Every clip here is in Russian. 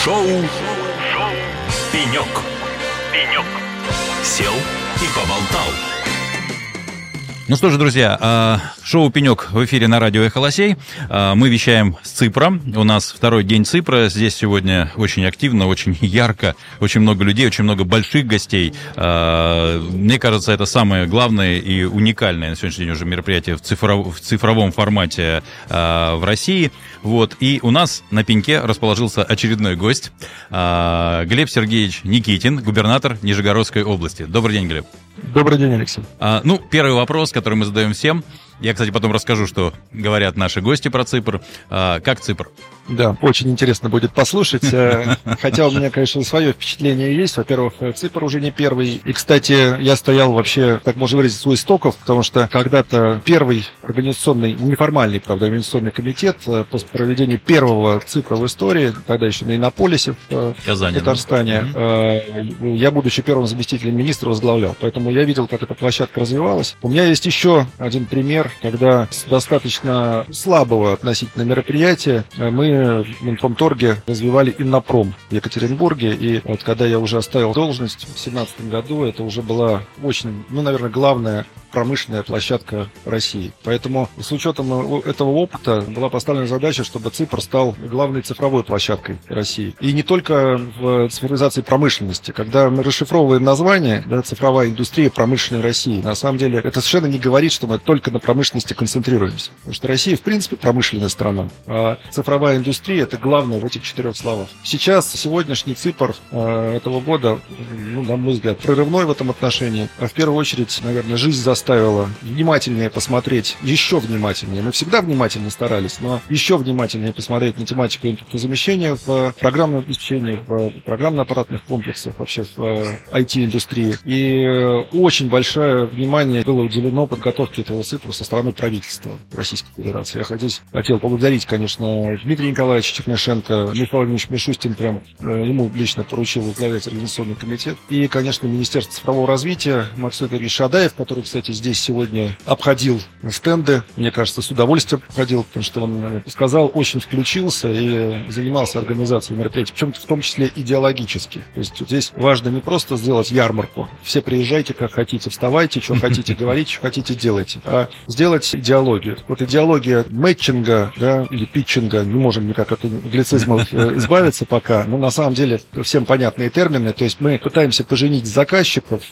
Шоу «Пенек». Сел и поболтал. Ну что же, друзья, шоу «Пенек» в эфире на радио «Эхо Лосей». Мы вещаем с Ципра. У нас второй день Ципра. Здесь сегодня очень активно, очень ярко, очень много людей, очень много больших гостей. Мне кажется, это самое главное и уникальное на сегодняшний день уже мероприятие в цифровом формате в России. Вот. И у нас на пеньке расположился очередной гость. Глеб Сергеевич Никитин, губернатор Нижегородской области. Добрый день, Глеб. Добрый день, Алексей. Первый вопрос, который мы задаем всем. Я, кстати, потом расскажу, что говорят наши гости про Ципр. Как Ципр? Да, очень интересно будет послушать. Хотя у меня, конечно, свое впечатление есть. Во-первых, Ципр уже не первый. И, кстати, я стоял вообще, так можно выразиться, у истоков, потому что когда-то первый организационный, неформальный, правда, организационный комитет после проведения первого Ципра в истории, тогда еще на Иннополисе в Татарстане, я, будучи первым заместителем министра, возглавлял. Поэтому я видел, как эта площадка развивалась. У меня есть еще один пример, когда с достаточно слабого относительно мероприятия мы в Минпромторге развивали Иннопром в Екатеринбурге. И вот когда я уже оставил должность в 2017 году, это уже была очень, наверное, главная промышленная площадка России. Поэтому с учетом этого опыта была поставлена задача, чтобы Ципр стал главной цифровой площадкой России. И не только в цифровизации промышленности. Когда мы расшифровываем название, цифровая индустрия промышленной России, на самом деле это совершенно не говорит, что мы только на промышленности концентрируемся. Потому что Россия, в принципе, промышленная страна. А цифровая индустрия – это главное в этих 4 словах. Сейчас, сегодняшний Ципр этого года, на мой взгляд, прорывной в этом отношении. А в первую очередь, наверное, жизнь заставила внимательнее посмотреть, еще внимательнее. Мы всегда внимательно старались, но еще внимательнее посмотреть на тематику импортозамещения в программном обеспечении, в программно-аппаратных комплексах, вообще в IT-индустрии. И очень большое внимание было уделено подготовке этого Ципра со стороны правительства Российской Федерации. Я хотел поблагодарить, конечно, Дмитрия Николаевича Чернышенко, Михаил Ильич Мишустин, прям ему лично поручил возглавлять организационный комитет. И, конечно, Министерство цифрового развития, Максим Игоревич Шадаев, который, кстати, здесь сегодня обходил стенды, мне кажется, с удовольствием обходил, потому что он сказал, очень включился и занимался организацией мероприятий, причем в том числе идеологически. То есть здесь важно не просто сделать ярмарку, все приезжайте как хотите, вставайте, что хотите говорите, что хотите делайте, а сделать идеологию. Вот идеология мэтчинга, или питчинга, не можем никак от англицизмов избавиться пока, но на самом деле всем понятные термины, то есть мы пытаемся поженить заказчиков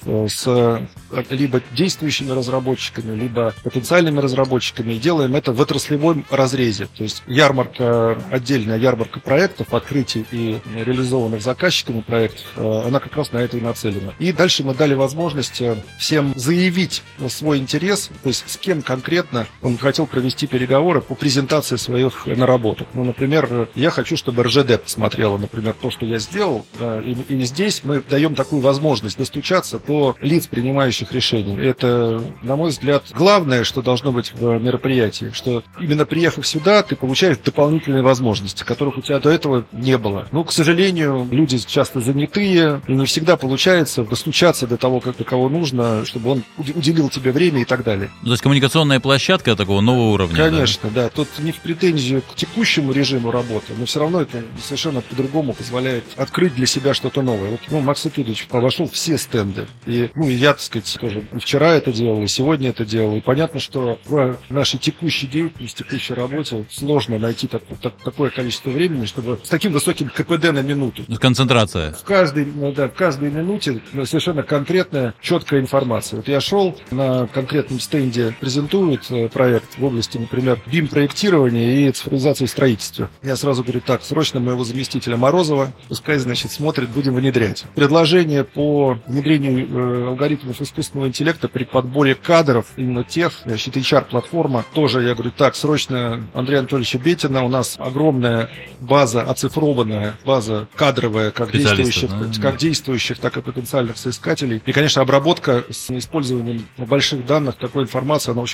с либо действующими разработчиками, либо потенциальными разработчиками, и делаем это в отраслевом разрезе. То есть ярмарка, отдельная ярмарка проектов, открытий и реализованных заказчиками проектов, она как раз на это и нацелена. И дальше мы дали возможность всем заявить свой интерес, то есть с кем конкретно он хотел провести переговоры по презентации своих наработок. Например, я хочу, чтобы РЖД посмотрела, например, то, что я сделал, и здесь мы даем такую возможность достучаться до лиц, принимающих решения. Это, на мой взгляд, главное, что должно быть в мероприятии, что именно приехав сюда, ты получаешь дополнительные возможности, которых у тебя до этого не было. К сожалению, люди часто занятые, и не всегда получается достучаться до того, до кого нужно, чтобы он уделил тебе время и так далее. То есть коммуникационная площадка такого нового уровня. Конечно, да. Тут не в претензию к текущему режиму работы, но все равно это совершенно по-другому позволяет открыть для себя что-то новое. Макс Ипидович обошел все стенды. И я, так сказать, тоже вчера это делал, и сегодня это делал. И понятно, что в нашей текущей деятельности, текущей работе сложно найти такое количество времени, чтобы с таким высоким КПД на минуту. Концентрация. В каждой минуте совершенно конкретная, четкая информация. Я шел, на конкретном стенде презентуют проект в области, например, BIM-проектирования и цифровизации строительства. Я сразу говорю, срочно моего заместителя Морозова, пускай, смотрит, будем внедрять. Предложение по внедрению алгоритмов искусственного интеллекта при подборе кадров, именно тех, HR-платформа, тоже, я говорю, срочно Андрея Анатольевича Бетина, у нас огромная база, оцифрованная база кадровая, как действующих, так и потенциальных соискателей. И, конечно, обработка с использованием больших данных, такой информации, она очень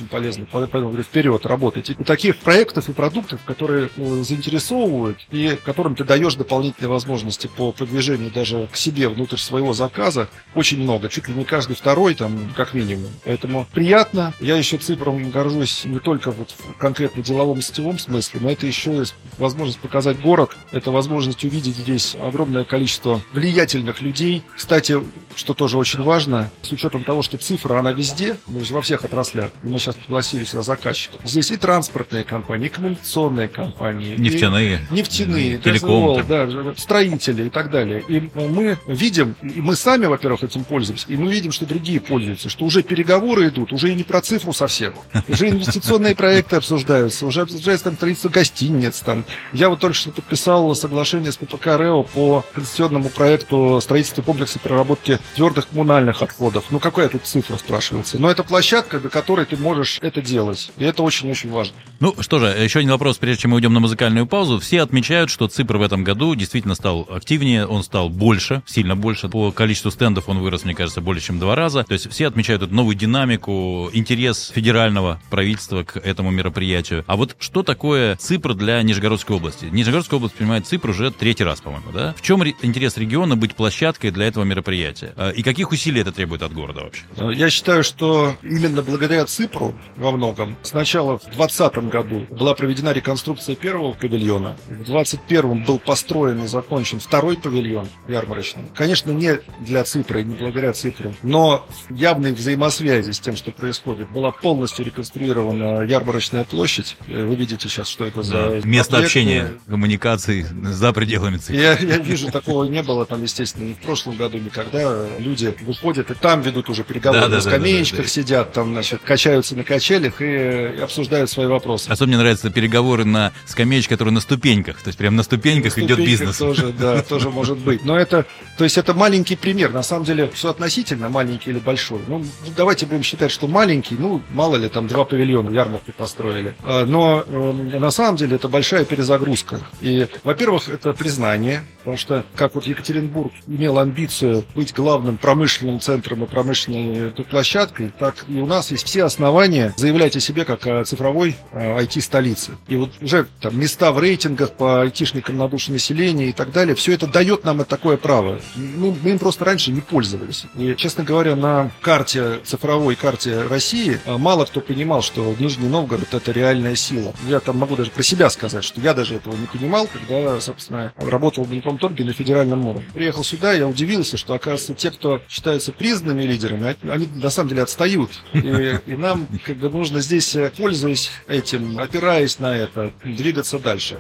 очень полезно. Поэтому говорю, вперед, работайте. И таких проектов и продуктов, которые заинтересовывают и которым ты даешь дополнительные возможности по продвижению даже к себе внутрь своего заказа, очень много. Чуть ли не каждый второй, там, как минимум. Поэтому приятно. Я еще Ципром горжусь не только вот в конкретно деловом и сетевом смысле, но это еще и возможность показать город, это возможность увидеть здесь огромное количество влиятельных людей. Кстати, что тоже очень важно, с учетом того, что цифра, она везде, во всех отраслях, мы сейчас пригласили сюда заказчиков. Здесь и транспортные компании, и коммуникационные компании, нефтяные, телеком, да, строители и так далее. И мы видим, и мы сами, во-первых, этим пользуемся, и мы видим, что другие пользуются, что уже переговоры идут, уже и не про цифру совсем, уже инвестиционные проекты обсуждаются, уже обсуждается там строительство гостиниц. Там. Я вот только что подписал соглашение с ППК РЭО по концессионному проекту строительства комплекса переработки твердых коммунальных отходов. Ну, какая тут цифра, спрашивается? Но это площадка, до которой ты можешь это делать. И это очень-очень важно. Ну, что же, еще один вопрос, прежде чем мы уйдем на музыкальную паузу. Все отмечают, что Ципр в этом году действительно стал активнее, он стал больше, сильно больше. По количеству стендов он вырос, мне кажется, более чем в 2 раза. То есть все отмечают эту новую динамику, интерес федерального правительства к этому мероприятию. А вот что такое Ципр для Нижегородской области? Нижегородская область принимает Ципр уже 3-й раз, по-моему, да? В чем интерес региона быть площадкой для этого мероприятия? И каких усилий это требует от города вообще? Я считаю, что именно благодаря Ципру во многом сначала в 2020 году была проведена реконструкция первого павильона, в 2021 был построен и закончен 2-й павильон ярмарочный. Конечно, не для Ципра и не благодаря Ципру, но в явной взаимосвязи с тем, что происходит, была полностью реконструирована ярмарочная площадь. Вы видите сейчас, что это за место общения, коммуникаций за пределами Ципра. Я вижу, такого не было там, естественно, ни в прошлом году, никогда. Люди выходят и там ведут уже переговоры, на скамеечках сидят, там, значит, качаются на качелях и обсуждают свои вопросы. Особенно мне нравятся переговоры на скамеечке, которые на ступеньках, то есть прямо на ступеньках идет бизнес. Тоже, да, тоже может быть. Но это, то есть это маленький пример. На самом деле все относительно, маленький или большой. Ну, давайте будем считать, что маленький, ну, мало ли, там 2 павильона ярмарки построили. Но на самом деле это большая перезагрузка. И, во-первых, это признание, потому что, как вот Екатеринбург имел амбицию быть главным промышленным центром и промышленной площадкой, так и у нас есть все основания заявлять о себе как о цифровой IT-столице. И вот уже там места в рейтингах по айтишникам на душу населения и так далее, все это дает нам такое право. Ну, мы им просто раньше не пользовались. И, честно говоря, на карте, цифровой карте России мало кто понимал, что Нижний Новгород – это реальная сила. Я там могу даже про себя сказать, что я даже этого не понимал, когда, собственно, работал в Белкомторге на федеральном уровне. Приехал сюда, я удивился, что, оказывается, те, кто считаются признанными лидерами, они на самом деле отстают. И нам как бы нужно здесь, пользуясь этим, опираясь на это, двигаться дальше.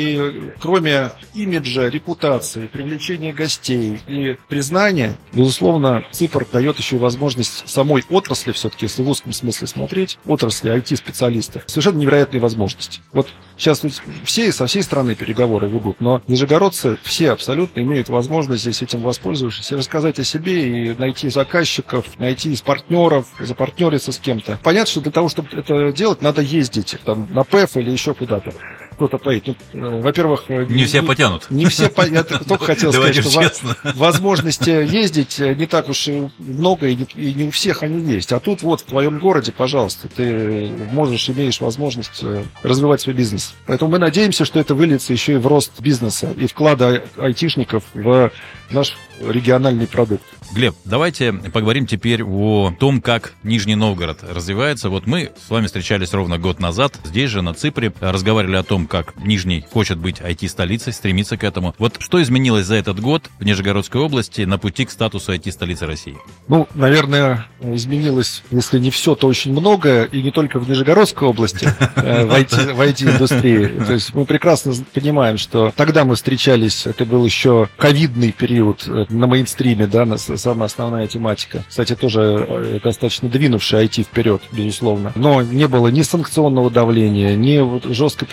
И кроме имиджа, репутации, привлечения гостей и признания, безусловно, Ципр дает еще и возможность самой отрасли, все-таки, если в узком смысле смотреть, отрасли IT-специалистов, совершенно невероятные возможности. Вот сейчас все со всей страны переговоры ведут, но нижегородцы все абсолютно имеют возможность здесь этим воспользовавшись, рассказать о себе и найти заказчиков, найти партнеров, запартнериться с кем-то. Понятно, что для того, чтобы это делать, надо ездить там, на ПЭФ или еще куда-то. Кто-то поедет. Ну, во-первых, не все потянут. Не все я только хотел сказать, что возможности ездить не так уж и много, и не у всех они есть. А тут вот в твоем городе, пожалуйста, ты имеешь возможность развивать свой бизнес. Поэтому мы надеемся, что это выльется еще и в рост бизнеса и вклада айтишников в наш региональный продукт. Глеб, давайте поговорим теперь о том, как Нижний Новгород развивается. Вот мы с вами встречались ровно год назад, здесь же, на Ципре, разговаривали о том, как Нижний хочет быть IT-столицей, стремится к этому. Вот что изменилось за этот год в Нижегородской области на пути к статусу IT-столицы России? Ну, наверное, изменилось, если не все, то очень многое, и не только в Нижегородской области, в IT-индустрии. То есть мы прекрасно понимаем, что тогда мы встречались, это был еще ковидный период на мейнстриме, да, самая основная тематика. Кстати, тоже достаточно двинувшая IT вперед, безусловно. Но не было ни санкционного давления, ни жесткой проблематики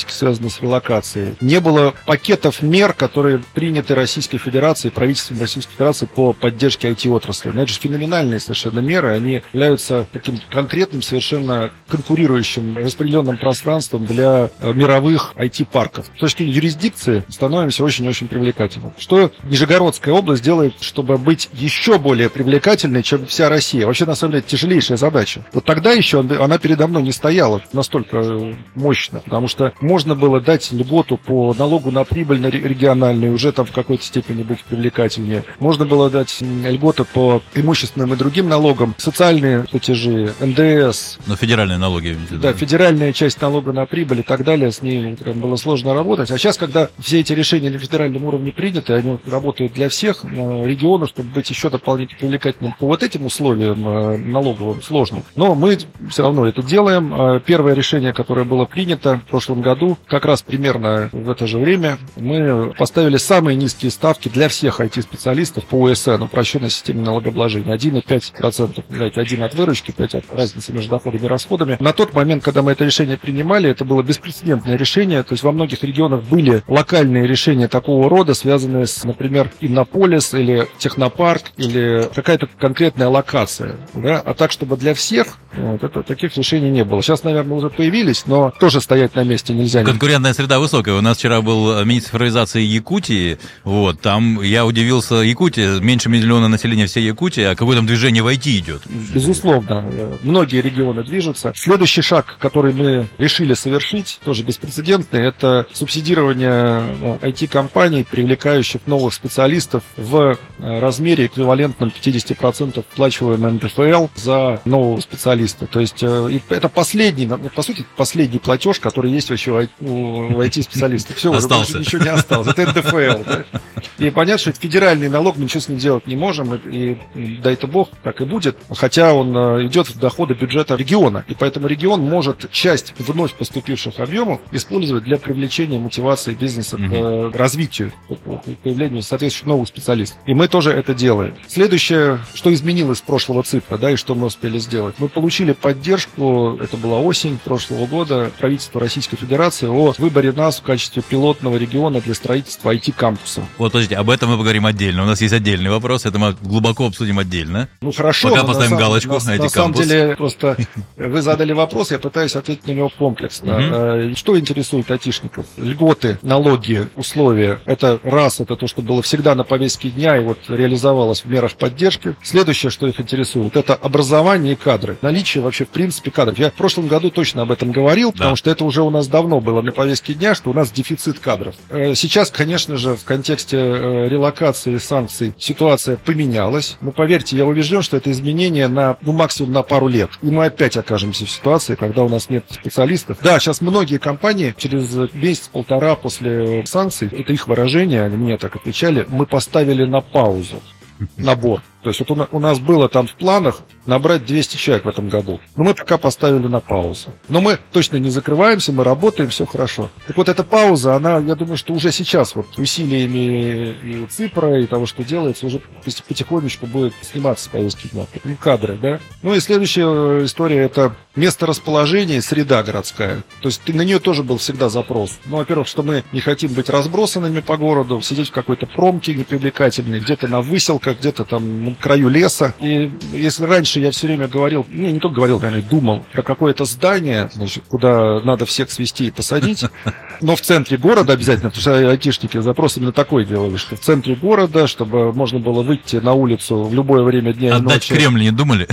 политики, связанной с релокацией. Не было пакетов мер, которые приняты Российской Федерацией, правительством Российской Федерации по поддержке IT-отрасли. Но это же феноменальные совершенно меры. Они являются таким конкретным, совершенно конкурирующим распределенным пространством для мировых IT-парков. С точки зрения юрисдикции становимся очень-очень привлекательным. Что Нижегородская область делает, чтобы быть еще более привлекательной, чем вся Россия? Вообще, на самом деле, тяжелейшая задача. Вот тогда еще она передо мной не стояла настолько мощно, потому что можно было дать льготу по налогу на прибыль на региональный, уже там в какой-то степени быть привлекательнее. Можно было дать льготы по имущественным и другим налогам, социальные платежи, НДС. Но федеральные налоги. Да, федеральная часть налога на прибыль и так далее, с ней было сложно работать. А сейчас, когда все эти решения на федеральном уровне приняты, они работают для всех регионов, чтобы быть еще дополнительно привлекательным по вот этим условиям налоговым сложным. Но мы все равно это делаем. Первое решение, которое было принято в прошлом году, как раз примерно в это же время, мы поставили самые низкие ставки для всех IT-специалистов по УСН, упрощенной системе налогообложения. 1,5%, знаете, 1 от выручки, 5 от разницы между доходами и расходами. На тот момент, когда мы это решение принимали, это было беспрецедентное решение. То есть во многих регионах были локальные решения такого рода, связанные с, например, Иннополис или Технопарк или какая-то конкретная локация. Да? А так, чтобы для всех, таких решений не было. Сейчас, наверное, уже появились, но тоже стоять на месте нельзя. Конкурентная среда высокая. У нас вчера был министр цифровизации Якутии. Вот, там я удивился, Якутия, меньше миллиона населения всей Якутии, а какое там движение в IT идет? Безусловно. Многие регионы движутся. Следующий шаг, который мы решили совершить, тоже беспрецедентный, это субсидирование IT-компаний, привлекающих новых специалистов в размере эквивалентном 50% оплачиваемого НДФЛ за нового специалиста. То есть это последний, по сути, последний платеж, который есть вообще у IT-специалистов. Все, уже больше ничего не осталось. Это НДФЛ. Да? И понятно, что это федеральный налог, мы ничего с ним делать не можем, и дай это бог, так и будет, хотя он идет в доходы бюджета региона, и поэтому регион может часть вновь поступивших объемов использовать для привлечения мотивации бизнеса к развитию, к появлению соответствующих новых специалистов. И мы тоже это делаем. Следующее, что изменилось с прошлого цикла, да, и что мы успели сделать. Мы получили поддержку, это была осень прошлого года, правительства Российской Федерации о выборе нас в качестве пилотного региона для строительства IT-кампуса. Вот, подождите, об этом мы поговорим отдельно. У нас есть отдельный вопрос, это мы глубоко обсудим отдельно. Ну хорошо. Пока поставим галочку на IT-кампус. На самом деле, просто вы задали вопрос, я пытаюсь ответить на него комплексно. Что интересует айтишников? Льготы, налоги, условия. Это раз, это то, что было всегда на повестке дня и вот реализовалось в мерах поддержки. Следующее, что их интересует, это образование и кадры. Наличие вообще, в принципе, кадров. Я в прошлом году точно об этом говорил, потому что это уже у нас давно было на повестке дня, что у нас дефицит кадров. Сейчас, конечно же, в контексте релокации, санкций ситуация поменялась. Но поверьте, я убежден, что это изменение на, максимум на пару лет. И мы опять окажемся в ситуации, когда у нас нет специалистов. Да, сейчас многие компании через месяц-полтора после санкций, это их выражение, они мне так отвечали, мы поставили на паузу набор. То есть вот у нас было там в планах набрать 200 человек в этом году. Но мы пока поставили на паузу. Но мы точно не закрываемся, мы работаем, все хорошо. Так вот эта пауза, она, я думаю, что уже сейчас вот усилиями и ЦИПРа, и того, что делается, уже потихонечку будет сниматься с повестки дня. Кадры, да? Ну и следующая история, это место расположения, среда городская. То есть на нее тоже был всегда запрос. Ну, во-первых, что мы не хотим быть разбросанными по городу, сидеть в какой-то промке непривлекательной, где-то на выселках, где-то там на краю леса. И если раньше я все время говорил, не только говорил, наверное, думал про какое-то здание, значит, куда надо всех свести и посадить, но в центре города обязательно, потому что айтишники запрос именно такой делали, что в центре города, чтобы можно было выйти на улицу в любое время дня и ночи. Отдать Кремль не думали?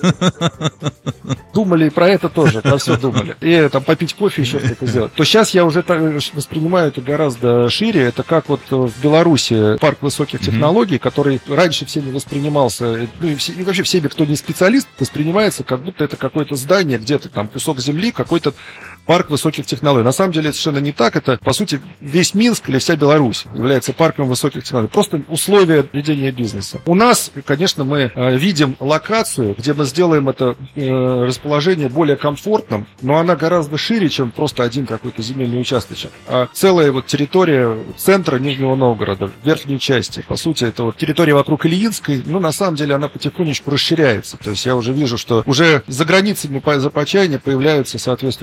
Думали и про это тоже, про все думали. И там попить кофе еще что-то сделать. То сейчас я уже воспринимаю это гораздо шире. Это как вот в Беларуси парк высоких технологий, который раньше всеми воспринимался, ну и вообще всеми, кто не специалист, воспринимается, как будто это какое-то здание, где-то там кусок земли, какой-то парк высоких технологий. На самом деле это совершенно не так. Это, по сути, весь Минск или вся Беларусь является парком высоких технологий. Просто условия ведения бизнеса. У нас, конечно, мы видим локацию, где мы сделаем это расположение более комфортным, но она гораздо шире, чем просто один какой-то земельный участочек. А целая вот территория центра Нижнего Новгорода, верхней части, по сути, это вот территория вокруг Ильинской, ну, на самом деле, она потихонечку расширяется. То есть я уже вижу, что уже за границами Започаяния появляются соответствующие проекты,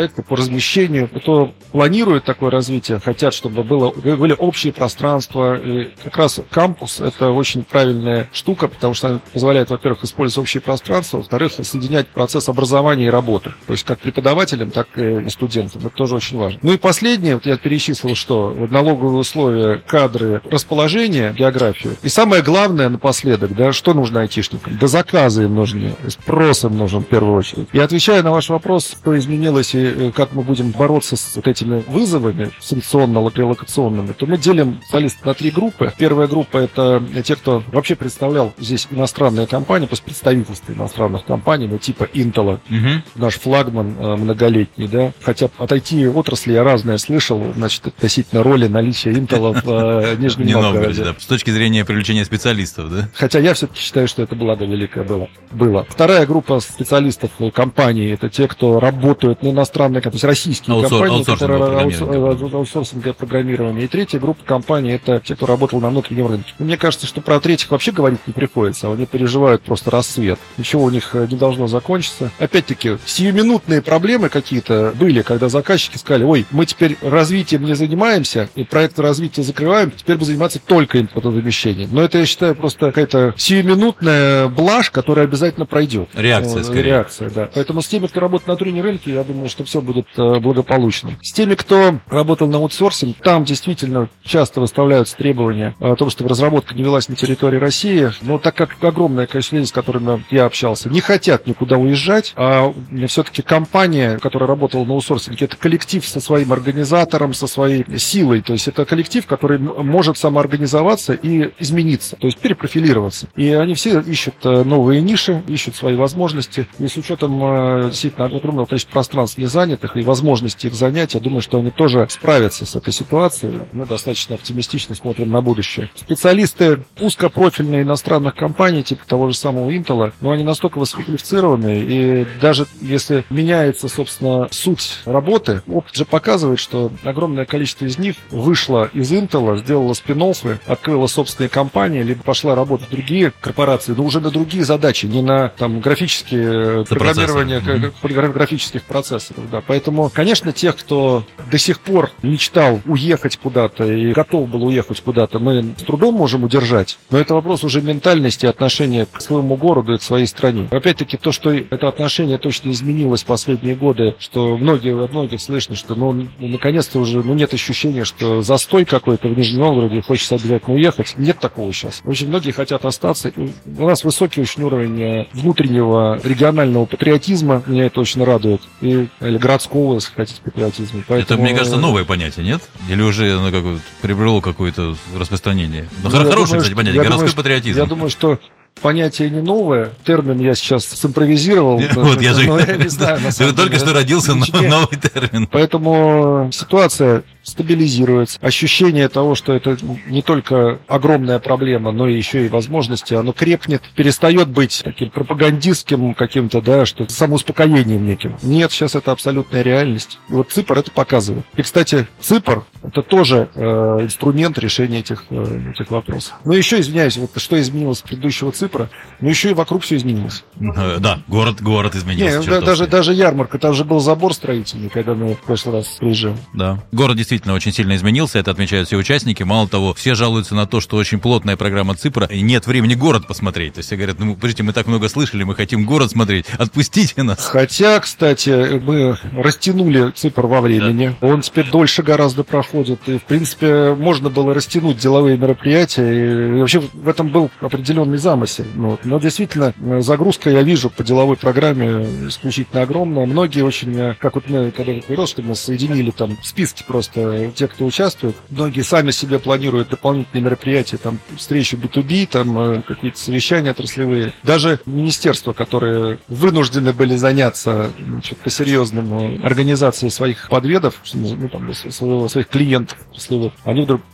проекты по размещению, кто планирует такое развитие, хотят, чтобы были общие пространства. И как раз кампус — это очень правильная штука, потому что она позволяет, во-первых, использовать общие пространства, во-вторых, соединять процесс образования и работы. То есть как преподавателям, так и студентам. Это тоже очень важно. Ну и последнее, вот я перечислил, что налоговые условия, кадры, расположение, географию. И самое главное напоследок, да, что нужно айтишникам? Да заказы им нужны, спрос им нужен в первую очередь. И отвечая на ваш вопрос, что изменилось и как мы будем бороться с вот этими вызовами санкционно-релокационными, то мы делим специалистов на 3 группы. Первая группа — это те, кто вообще представлял здесь иностранные компании, то есть представительства иностранных компаний, ну, типа Intel, наш флагман многолетний, да. Хотя от IT-отрасли я разное слышал, значит, относительно роли наличия Intel в Нижнем Новгороде. Да. С точки зрения привлечения специалистов, да? Хотя я все-таки считаю, что это благо великое было. Вторая группа специалистов компаний — это те, кто работают на иностранные, то есть российские компании, которые аутсорсинговое программирование. И третья группа компаний — это те, кто работал на внутреннем рынке. Мне кажется, что про третьих вообще говорить не приходится. Они переживают просто рассвет. Ничего у них не должно закончиться. Опять-таки, сиюминутные проблемы какие-то были, когда заказчики сказали: ой, мы теперь развитием не занимаемся, и проекты развития закрываем, теперь будем заниматься только импортозамещением. Но это, я считаю, просто какая-то сиюминутная блажь, которая обязательно пройдет. Реакция, скорее. Реакция, да. Поэтому с теми, кто работает на внутреннем рынке, я думаю, что все будет благополучно. С теми, кто работал на аутсорсинг, там действительно часто выставляются требования о том, чтобы разработка не велась на территории России. Но так как огромное количество людей, с которыми я общался, не хотят никуда уезжать, а все-таки компания, которая работала на аутсорсинге, это коллектив со своим организатором, со своей силой. То есть это коллектив, который может самоорганизоваться и измениться, то есть перепрофилироваться. И они все ищут новые ниши, ищут свои возможности. И с учетом действительно огромного количества пространств незанятых и возможностей их занять, я думаю, что они тоже справятся с этой ситуацией. Мы достаточно оптимистично смотрим на будущее. Специалисты узкопрофильные иностранных компаний, типа того же самого Intel, но они настолько высококвалифицированы, и даже если меняется, собственно, суть работы, опыт же показывает, что огромное количество из них вышло из Intel, сделало спин-оффы, открыло собственные компании, либо пошла работать в другие корпорации, но уже на другие задачи, не на там графические программирование графических процессоров. Да. Поэтому, конечно, тех, кто до сих пор мечтал уехать куда-то и готов был уехать куда-то, мы с трудом можем удержать, но это вопрос уже ментальности, отношения к своему городу и к своей стране. Опять-таки, то, что это отношение точно изменилось в последние годы, что от многих слышно, что наконец-то уже нет ощущения, что застой какой-то в Нижнем Новгороде, хочется обязательно уехать. Нет такого сейчас. Очень многие хотят остаться. У нас высокий очень уровень внутреннего регионального патриотизма. Меня это очень радует. Или городского, если хотите, патриотизма. Поэтому... Это, мне кажется, новое понятие, нет? Или уже оно приобрело какое-то распространение? Хорошее, кстати, понятие. Городской патриотизм. Я думаю, что понятие не новое. Термин я сейчас симпровизировал. Вот я же не знаю. Ты только что родился новый термин. Поэтому ситуация стабилизируется. Ощущение того, что это не только огромная проблема, но еще и возможности, оно крепнет, перестает быть таким пропагандистским каким-то, да, что самоуспокоением неким. Нет, сейчас это абсолютная реальность. И вот ЦИПР это показывает. И, кстати, ЦИПР — это тоже инструмент решения этих вопросов. Но еще, извиняюсь, вот что изменилось с предыдущего ЦИПРа, но еще и вокруг все изменилось. Да, город изменился. Даже ярмарка, там же был забор строительный, когда мы в прошлый раз приезжали. Да, город действительно очень сильно изменился, это отмечают все участники. Мало того, все жалуются на то, что очень плотная программа ЦИПРа, и нет времени город посмотреть. То есть все говорят: подождите, мы так много слышали, мы хотим город смотреть, отпустите нас. Хотя, кстати, мы растянули ЦИПР во времени, да. Он теперь дольше гораздо проходит, и, в принципе, можно было растянуть деловые мероприятия, и вообще в этом был определенный замысел. Но действительно, загрузка, я вижу, по деловой программе исключительно огромная. Многие очень, как вот мы, когда говорил, что мы соединили там списки просто те, кто участвует, многие сами себе планируют дополнительные мероприятия, там, встречи B2B, там, какие-то совещания отраслевые. Даже министерства, которые вынуждены были заняться по-серьезному организацией своих подведов, своих клиентов отраслевых, они вдруг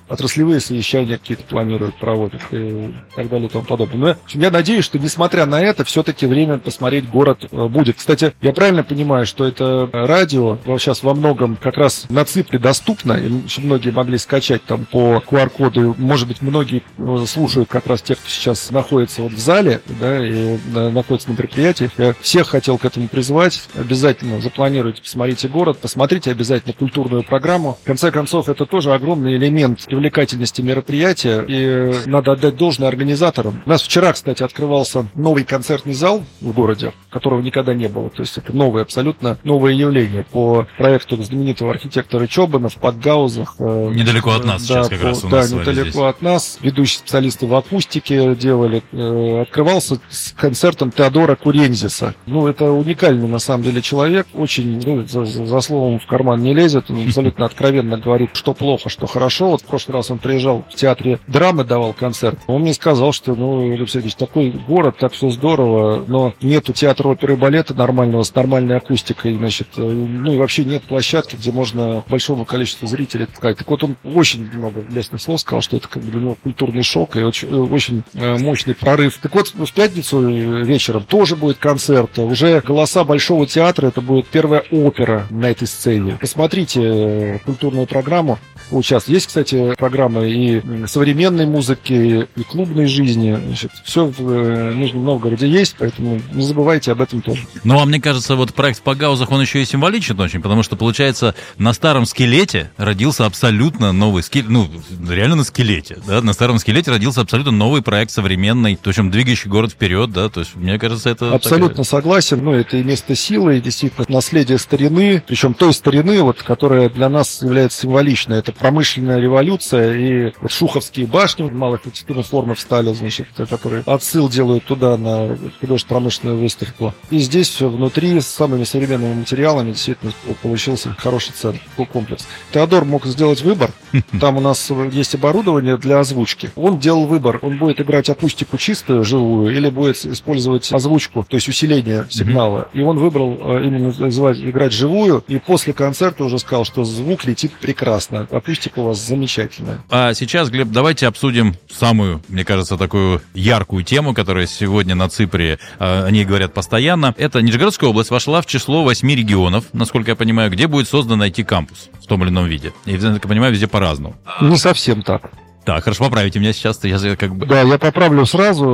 отраслевые совещания какие-то планируют проводить и так далее и тому подобное. Но, в общем, я надеюсь, что, несмотря на это, все-таки время посмотреть город будет. Кстати, я правильно понимаю, что это радио сейчас во многом как раз на Ципре доступно, и очень многие могли скачать там по QR-коду. Может быть, многие слушают как раз тех, кто сейчас находится вот в зале, да, и находится на мероприятиях. Я всех хотел к этому призвать. Обязательно запланируйте, посмотрите город, посмотрите обязательно культурную программу. В конце концов, это тоже огромный элемент привлекательности мероприятия, и надо отдать должное организаторам. У нас вчера, кстати, открывался новый концертный зал в городе, которого никогда не было. То есть это новое, абсолютно новое явление по проекту знаменитого архитектора Чобана в Подгаузах. Недалеко от нас сейчас как раз у нас. Да, недалеко от нас. Ведущие специалисты в акустике делали. Открывался с концертом Теодора Курензиса. Ну, это уникальный, на самом деле, человек. Очень, за словом в карман не лезет. Он абсолютно откровенно говорит, что плохо, что хорошо. Вот в прошлый раз он приезжал в театре драмы, давал концерт. Он мне сказал, что, Юрий Сергеевич, такой город, так все здорово, но нету театра оперы и балета нормального, с нормальной акустикой, значит, и вообще нет площадки, где можно большому количеству зрителей сказать. Так вот, он очень много лестных слов сказал, что это как бы для него культурный шок и очень мощный прорыв. Так вот, в пятницу вечером тоже будет концерт. Уже «Голоса Большого театра», это будет первая опера на этой сцене. Посмотрите культурную программу. Сейчас есть, кстати, программы и современной музыки, и клубной жизни. Значит, все в Нижнем Новгороде есть, поэтому не забывайте об этом тоже. Ну, а мне кажется, вот проект в Пагаузах, он еще и символичен очень, потому что, получается, на старом скелете родился абсолютно новый скелет, реально на скелете, да, на старом скелете родился абсолютно новый проект современный, в общем, двигающий город вперед, да, то есть, мне кажется, это... Абсолютно согласен, это и место силы, и действительно наследие старины, причем той старины, вот, которая для нас является символичной, это промышленная революция, и вот Шуховские башни, малых архитектурных форм встали, значит, которые отсыл делают туда на художественно-промышленную выставку. И здесь все внутри с самыми современными материалами действительно получился хороший центр, комплекс. Теодор мог сделать выбор. Там у нас есть оборудование для озвучки. Он делал выбор, он будет играть акустику чистую, живую, или будет использовать озвучку, то есть усиление сигнала. И он выбрал именно играть живую, и после концерта уже сказал, что звук летит прекрасно, акустика у вас замечательная. А сейчас, Глеб, давайте обсудим самую, мне кажется, такую яркую тему, которая сегодня на Ципре, о ней говорят постоянно. Это Нижегородская область вошла в число 8 регионов, насколько я понимаю, где будет создан IT-кампус в том или ином виде. И, я так понимаю, везде по-разному. Не совсем так. Так, хорошо, поправите меня сейчас, я как бы... Да, я поправлю сразу.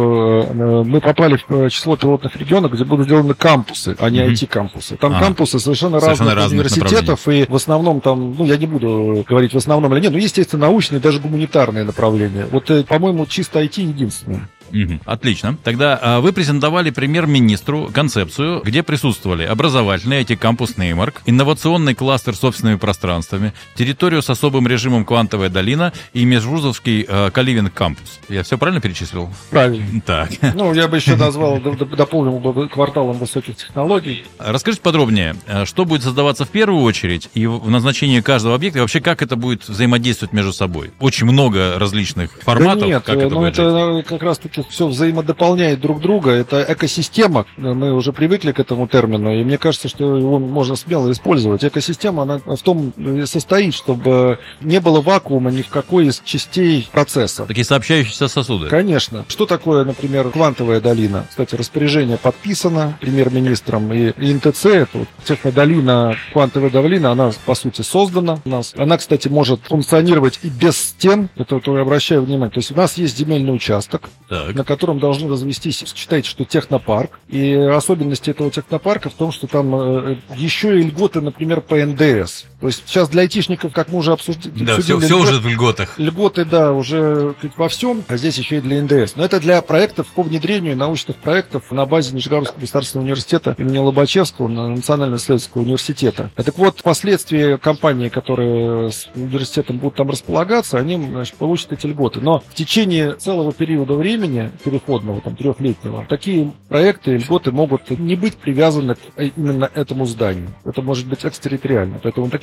Мы попали в число пилотных регионов, где будут сделаны кампусы, а не IT-кампусы. Там кампусы совершенно разных университетов, и в основном там, я не буду говорить в основном или нет, но, естественно, научные, даже гуманитарные направления. Вот, по-моему, чисто IT единственное. Отлично. Тогда вы презентовали премьер-министру концепцию, где присутствовали образовательный IT-кампус Неймарк, инновационный кластер с собственными пространствами, территорию с особым режимом Квантовая долина и межвузовский Каливинг кампус. Я все правильно перечислил? Правильно. Так. Я бы еще назвал, дополнил бы кварталом высоких технологий. Расскажите подробнее, что будет создаваться в первую очередь и в назначении каждого объекта, и вообще как это будет взаимодействовать между собой? Очень много различных форматов. Да нет, как это будет это как раз-таки все взаимодополняет друг друга. Это экосистема. Мы уже привыкли к этому термину, и мне кажется, что его можно смело использовать. Экосистема, она в том и состоит, чтобы не было вакуума ни в какой из частей процесса. Такие сообщающиеся сосуды. Конечно. Что такое, например, Квантовая долина? Кстати, распоряжение подписано премьер-министром, и НТЦ, это вот технодолина, Квантовая долина, она, по сути, создана у нас. Она, кстати, может функционировать и без стен. Это вот я обращаю внимание. То есть у нас есть земельный участок, на котором должны развестись, считайте, что технопарк. И особенность этого технопарка в том, что там еще и льготы, например, по НДС. То есть сейчас для айтишников, как мы уже обсудили... Да, все уже в льготах. Льготы, да, уже во всем, а здесь еще и для НДС. Но это для проектов по внедрению научных проектов на базе Нижегородского государственного университета имени Лобачевского, Национального исследовательского университета. Так вот, впоследствии компании, которые с университетом будут там располагаться, они, получат эти льготы. Но в течение целого периода времени, переходного, трехлетнего, такие проекты, льготы могут не быть привязаны к именно этому зданию. Это может быть экстерриториально. Поэтому такие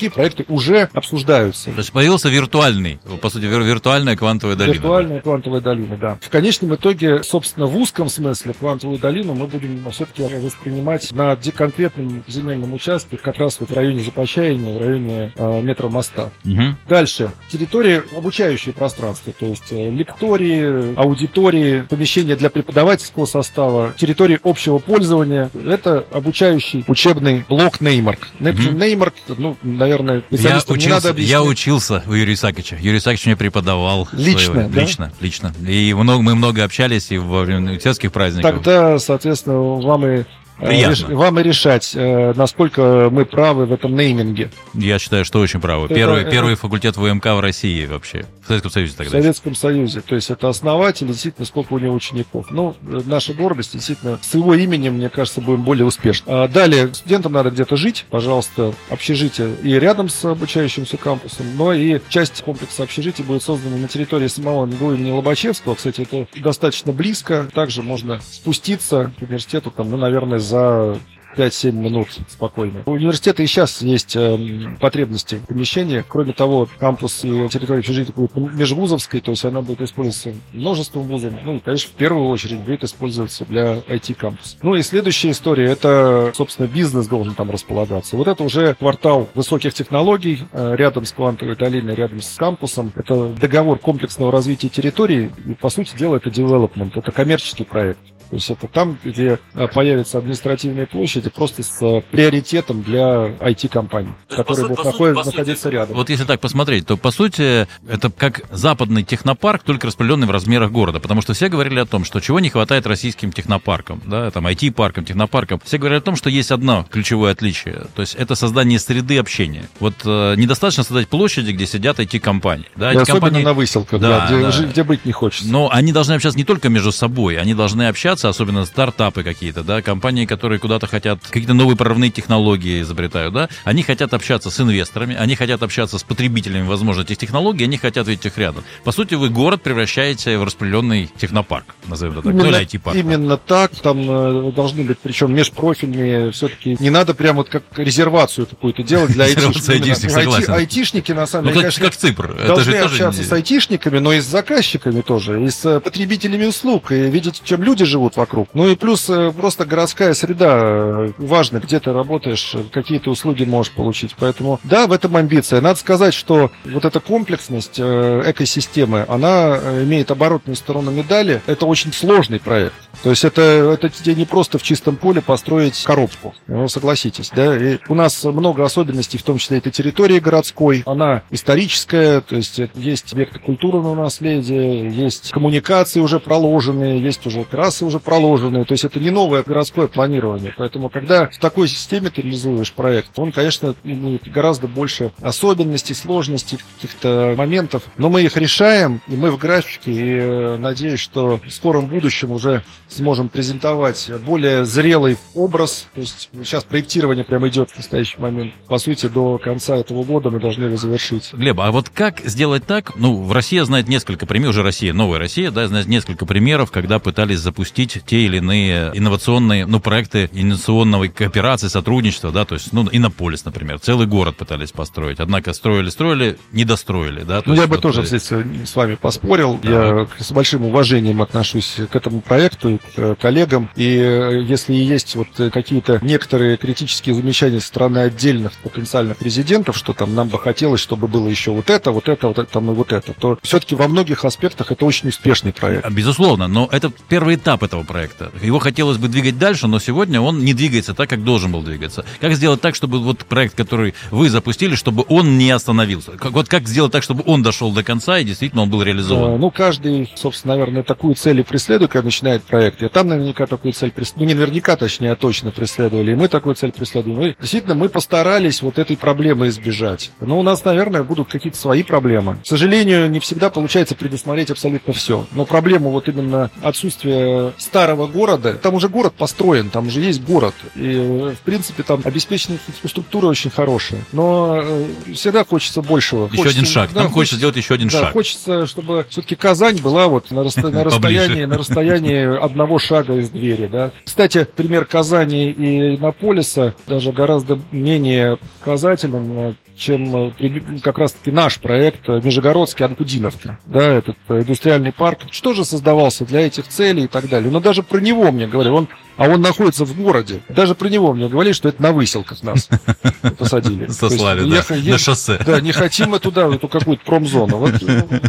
такие проекты уже обсуждаются. То есть появился виртуальный, по сути, виртуальная квантовая долина. Виртуальная квантовая долина, да. В конечном итоге, собственно, в узком смысле квантовую долину мы будем все-таки воспринимать на конкретном земельном участке, как раз вот в районе Започаяния, в районе метромоста. Дальше. Территории, обучающие пространства, то есть лектории, аудитории, помещения для преподавательского состава, территории общего пользования. Это обучающий учебный блок Неймарк. Неймарк, наверное, специалистам не надо объяснять. Я учился у Юрия Исааковича. Юрий Исаакович мне преподавал. Лично, да? Лично. И мы много общались и во время университетских праздников. Тогда, соответственно, вам и решать, насколько мы правы в этом нейминге. Я считаю, что очень правы. Первый факультет ВМК в России вообще. В Советском Союзе тогда. В Советском Союзе. То есть это основатель, действительно, сколько у него учеников. Ну, наша гордость, действительно, с его именем, мне кажется, будем более успешны. Далее, студентам надо где-то жить. Пожалуйста, общежитие и рядом с обучающимся кампусом. Но и часть комплекса общежитий будет создана на территории самого МГУ имени Лобачевского. Кстати, это достаточно близко. Также можно спуститься к университету, наверное, за 5-7 минут спокойно. У университета и сейчас есть потребности в помещении. Кроме того, кампус и территория общежития будет межвузовской, то есть она будет использоваться множеством вузов. Ну и, конечно, в первую очередь будет использоваться для IT-кампуса. Ну и следующая история, это, собственно, бизнес должен там располагаться. Вот это уже квартал высоких технологий, рядом с квантовой долиной, рядом с кампусом. Это договор комплексного развития территории, и, по сути дела, это development, это коммерческий проект. То есть это там, где появятся административные площади просто с приоритетом для IT-компаний, которые будут находиться рядом. Вот если так посмотреть, то, по сути, это как западный технопарк, только распределенный в размерах города. Потому что все говорили о том, что чего не хватает российским технопаркам, да, там IT-паркам, технопаркам. Все говорили о том, что есть одно ключевое отличие. То есть это создание среды общения. Вот недостаточно создать площади, где сидят IT-компании. Да, особенно на выселках, где быть не хочется. Но они должны общаться не только между собой, они должны общаться, особенно стартапы какие-то, да, компании, которые куда-то хотят, какие-то новые прорывные технологии изобретают, да, они хотят общаться с инвесторами, они хотят общаться с потребителями, возможно, этих технологий, они хотят видеть их рядом. По сути, вы город превращаете в распределенный технопарк, назовем это так, или IT-парк. Именно так, там должны быть, причем межпрофильные, все-таки не надо прям вот как резервацию какую-то делать для айтишников. Айтишники, на самом деле, конечно, как ЦИПР. Должны общаться с айтишниками, но и с заказчиками тоже, и с потребителями услуг, и видеть, чем люди живут вокруг. Ну и плюс просто городская среда. Важно, где ты работаешь, какие ты услуги можешь получить. Поэтому, да, в этом амбиция. Надо сказать, что вот эта комплексность экосистемы, она имеет оборотную сторону медали. Это очень сложный проект. То есть это тебе не просто в чистом поле построить коробку. Ну, согласитесь, да? И у нас много особенностей, в том числе это территория городской. Она историческая, то есть есть объекты культурного наследия, есть коммуникации уже проложенные, есть уже трассы уже проложенные. То есть это не новое городское планирование. Поэтому, когда в такой системе ты реализуешь проект, он, конечно, имеет гораздо больше особенностей, сложностей, каких-то моментов. Но мы их решаем, и мы в графике. И надеюсь, что в скором будущем уже сможем презентовать более зрелый образ. То есть сейчас проектирование прямо идет в настоящий момент. По сути, до конца этого года мы должны его завершить. Глеб, а вот как сделать так? Ну, в России знает несколько примеров, уже Россия, новая Россия, да, знает несколько примеров, когда пытались запустить те или иные инновационные, проекты инновационной кооперации, сотрудничества, да, то есть, Иннополис, например, целый город пытались построить, однако строили, не достроили, да. Я бы тоже здесь с вами поспорил. Да. Я с большим уважением отношусь к этому проекту, к коллегам, и если есть вот какие-то некоторые критические замечания со стороны отдельных потенциальных резидентов, что там нам бы хотелось, чтобы было еще вот это, там и вот это, то все-таки во многих аспектах это очень успешный проект. Безусловно, но это первый этап этого проекта. Его хотелось бы двигать дальше, но сегодня он не двигается так, как должен был двигаться. Как сделать так, чтобы вот проект, который вы запустили, чтобы он не остановился? Как сделать так, чтобы он дошел до конца и действительно он был реализован? Каждый, собственно, наверное, такую цель и преследует, когда начинает проект. И там наверняка такую цель преследовали. Не наверняка, точнее, а точно преследовали. И мы такую цель преследуем. И действительно, мы постарались вот этой проблемы избежать. Но у нас, наверное, будут какие-то свои проблемы. К сожалению, не всегда получается предусмотреть абсолютно все. Но проблему вот именно отсутствия старого города. Там уже город построен, там уже есть город. И, в принципе, там обеспеченная инфраструктура очень хорошая. Но всегда хочется большего. Еще один шаг. Нам хочется сделать еще один шаг. Хочется, чтобы все-таки Казань была вот на расстоянии одного шага из двери. Да. Кстати, пример Казани и Иннополиса даже гораздо менее показателен, чем как раз-таки наш проект Нижегородский Анкудиновка. Да, этот индустриальный парк. Что же создавался для этих целей и так далее. Но даже про него мне говорили, он находится в городе. Даже про него мне говорили, что это на выселках нас посадили. Сослали, да, на шоссе. Да, не хотим мы туда, в эту какую-то промзону. Вот,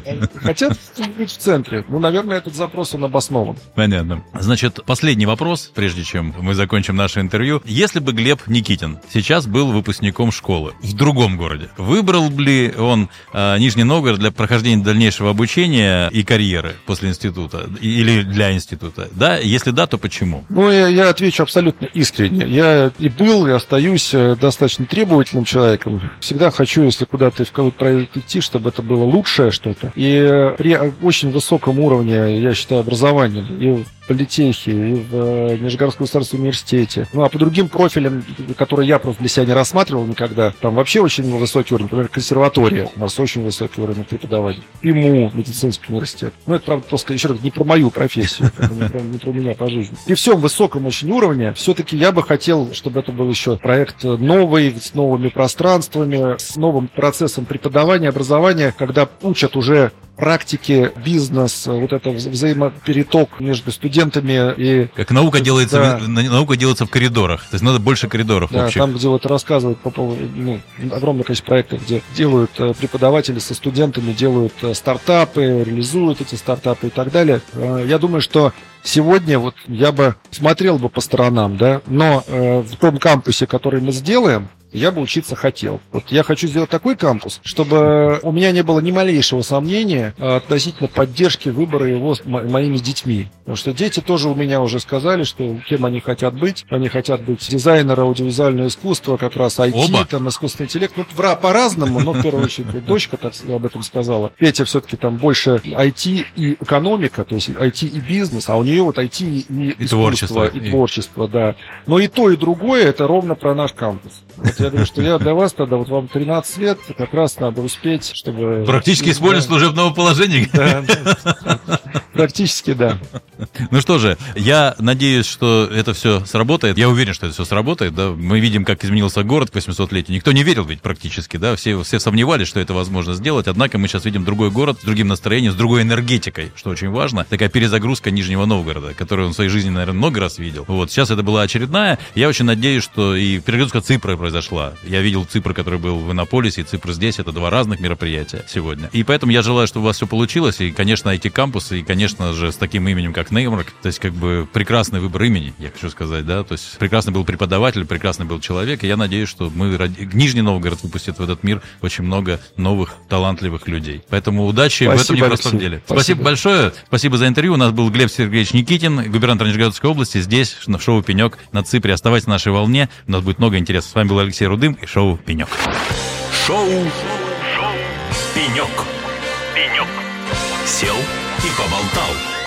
хотят быть в центре. Ну, наверное, этот запрос, он обоснован. Понятно. Значит, последний вопрос, прежде чем мы закончим наше интервью. Если бы Глеб Никитин сейчас был выпускником школы в другом городе, выбрал ли он Нижний Новгород для прохождения дальнейшего обучения и карьеры после института или для института? Да? Если да, то почему? Ну, я отвечу абсолютно искренне. Я и был, и остаюсь достаточно требовательным человеком. Всегда хочу, если куда-то в какой-то проект идти, чтобы это было лучшее что-то. И при очень высоком уровне, я считаю, образования и в политехе, и в Нижегородском государственном университете. Ну, а по другим профилям, которые я просто для себя не рассматривал никогда, там вообще очень высокий уровень. Например, консерватория. У нас очень высокий уровень преподавания. ИМУ, медицинский университет. Ну, это, правда, просто, еще раз, не про мою профессию, не про меня по жизни. И все в высоком очень уровне. Все-таки я бы хотел, чтобы это был еще проект новый, с новыми пространствами, с новым процессом преподавания, образования, когда учат уже практики, бизнес, вот это взаимопереток между студентами и... Как наука делается, наука делается в коридорах. То есть надо больше коридоров общих. Там, где вот рассказывают по поводу, огромное количество проектов, где делают преподаватели со студентами, делают стартапы, реализуют эти стартапы и так далее. Я думаю, что сегодня вот я бы смотрел бы по сторонам, да, но в том кампусе, который мы сделаем, я бы учиться хотел. Вот я хочу сделать такой кампус, чтобы у меня не было ни малейшего сомнения относительно поддержки выбора его моими детьми. Потому что дети тоже у меня уже сказали, что кем они хотят быть. Они хотят быть дизайнеры аудиовизуального искусства, как раз IT, там, искусственный интеллект. Ну, по-разному, но в первую очередь дочка так об этом сказала. Петя все-таки там больше IT и экономика, то есть IT и бизнес, а у нее вот IT и искусство, и творчество, да. Но и то, и другое, это ровно про наш кампус. Вот я думаю, что я для вас тогда, вот вам 13 лет, как раз надо успеть, чтобы... Практически использовать служебного положения. Да, практически, да. Ну что же, я надеюсь, что это все сработает. Я уверен, что это все сработает. Да? Мы видим, как изменился город к 800-летию. Никто не верил ведь практически, да? Все сомневались, что это возможно сделать. Однако мы сейчас видим другой город с другим настроением, с другой энергетикой, что очень важно. Такая перезагрузка Нижнего Новгорода, которую он в своей жизни, наверное, много раз видел. Вот сейчас это была очередная. Я очень надеюсь, что и перезагрузка Ципра произошла. Я видел Ципр, который был в Иннополисе, и Ципр здесь. Это два разных мероприятия сегодня. И поэтому я желаю, чтобы у вас все получилось. И, конечно, IT-кампус, и, конечно же, с таким именем, как Неймарк. То есть, как бы, прекрасный выбор имени, я хочу сказать, да. То есть, прекрасный был преподаватель, прекрасный был человек. И я надеюсь, что Нижний Новгород выпустит в этот мир очень много новых, талантливых людей. Поэтому удачи в этом непростом деле. Спасибо большое. Спасибо за интервью. У нас был Глеб Сергеевич Никитин, губернатор Нижегородской области, здесь, в шоу «Пенек» на Ципре. Оставайтесь на нашей волне. У нас будет много интереса. С вами был Алексей Рудым и шоу «Пенек». Шоу «Пенек». Сел и поболтал.